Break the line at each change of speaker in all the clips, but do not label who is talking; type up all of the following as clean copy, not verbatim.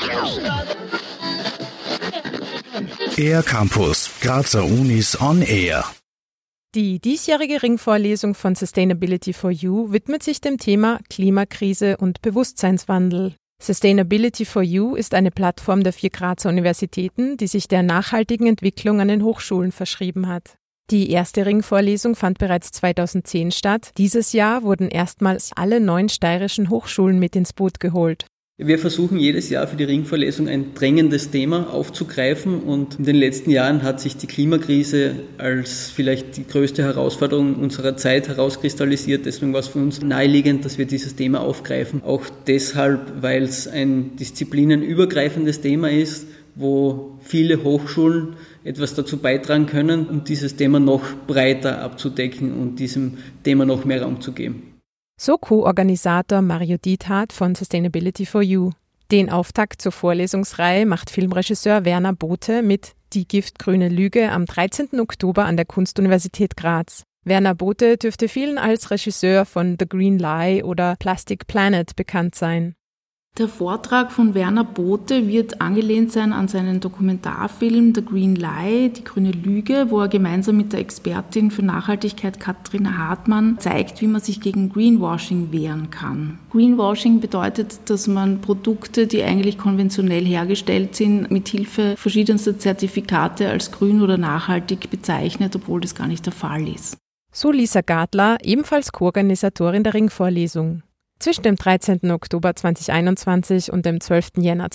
Air Campus, Grazer Unis on Air.
Die diesjährige Ringvorlesung von Sustainability for You widmet sich dem Thema Klimakrise und Bewusstseinswandel. Sustainability for You ist eine Plattform der 4 Grazer Universitäten, die sich der nachhaltigen Entwicklung an den Hochschulen verschrieben hat. Die erste Ringvorlesung fand bereits 2010 statt. Dieses Jahr wurden erstmals alle 9 steirischen Hochschulen mit ins Boot geholt.
Wir versuchen jedes Jahr für die Ringvorlesung ein drängendes Thema aufzugreifen und in den letzten Jahren hat sich die Klimakrise als vielleicht die größte Herausforderung unserer Zeit herauskristallisiert. Deswegen war es für uns naheliegend, dass wir dieses Thema aufgreifen. Auch deshalb, weil es ein disziplinenübergreifendes Thema ist, wo viele Hochschulen etwas dazu beitragen können, um dieses Thema noch breiter abzudecken und diesem Thema noch mehr Raum zu geben.
So Co-Organisator Mario Diethardt von Sustainability for You. Den Auftakt zur Vorlesungsreihe macht Filmregisseur Werner Bothe mit Die giftgrüne Lüge am 13. Oktober an der Kunstuniversität Graz. Werner Bothe dürfte vielen als Regisseur von The Green Lie oder Plastic Planet bekannt sein.
Der Vortrag von Werner Bothe wird angelehnt sein an seinen Dokumentarfilm The Green Lie, die grüne Lüge, wo er gemeinsam mit der Expertin für Nachhaltigkeit Katrin Hartmann zeigt, wie man sich gegen Greenwashing wehren kann. Greenwashing bedeutet, dass man Produkte, die eigentlich konventionell hergestellt sind, mit Hilfe verschiedenster Zertifikate als grün oder nachhaltig bezeichnet, obwohl das gar nicht der Fall ist.
So Lisa Gadler, ebenfalls Co-Organisatorin der Ringvorlesung. Zwischen dem 13. Oktober 2021 und dem 12. Jänner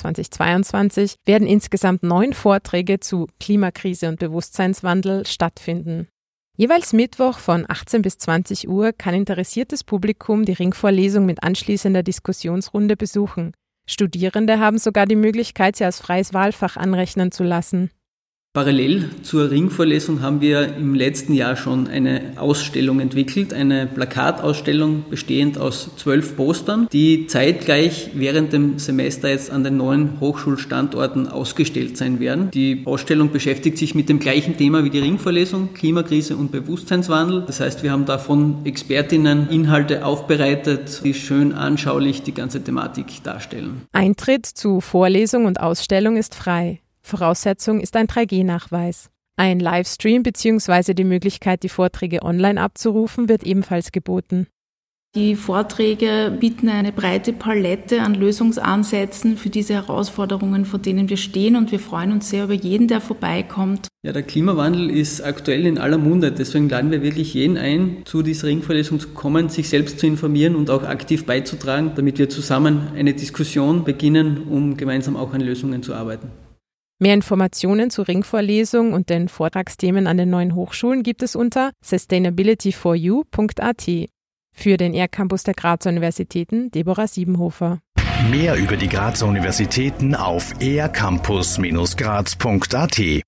2022 werden insgesamt 9 Vorträge zu Klimakrise und Bewusstseinswandel stattfinden. Jeweils Mittwoch von 18 bis 20 Uhr kann interessiertes Publikum die Ringvorlesung mit anschließender Diskussionsrunde besuchen. Studierende haben sogar die Möglichkeit, sie als freies Wahlfach anrechnen zu lassen.
Parallel zur Ringvorlesung haben wir im letzten Jahr schon eine Ausstellung entwickelt, eine Plakatausstellung bestehend aus 12 Postern, die zeitgleich während dem Semester jetzt an den 9 Hochschulstandorten ausgestellt sein werden. Die Ausstellung beschäftigt sich mit dem gleichen Thema wie die Ringvorlesung, Klimakrise und Bewusstseinswandel. Das heißt, wir haben da von Expertinnen Inhalte aufbereitet, die schön anschaulich die ganze Thematik darstellen.
Eintritt zu Vorlesung und Ausstellung ist frei. Voraussetzung ist ein 3G-Nachweis. Ein Livestream bzw. die Möglichkeit, die Vorträge online abzurufen, wird ebenfalls geboten.
Die Vorträge bieten eine breite Palette an Lösungsansätzen für diese Herausforderungen, vor denen wir stehen, und wir freuen uns sehr über jeden, der vorbeikommt.
Ja, der Klimawandel ist aktuell in aller Munde, deswegen laden wir wirklich jeden ein, zu dieser Ringvorlesung zu kommen, sich selbst zu informieren und auch aktiv beizutragen, damit wir zusammen eine Diskussion beginnen, um gemeinsam auch an Lösungen zu arbeiten.
Mehr Informationen zur Ringvorlesung und den Vortragsthemen an den 9 Hochschulen gibt es unter sustainabilityforyou.at. Für den Air Campus der Grazer Universitäten, Deborah Siebenhofer.
Mehr über die Grazer Universitäten auf aircampus-graz.at.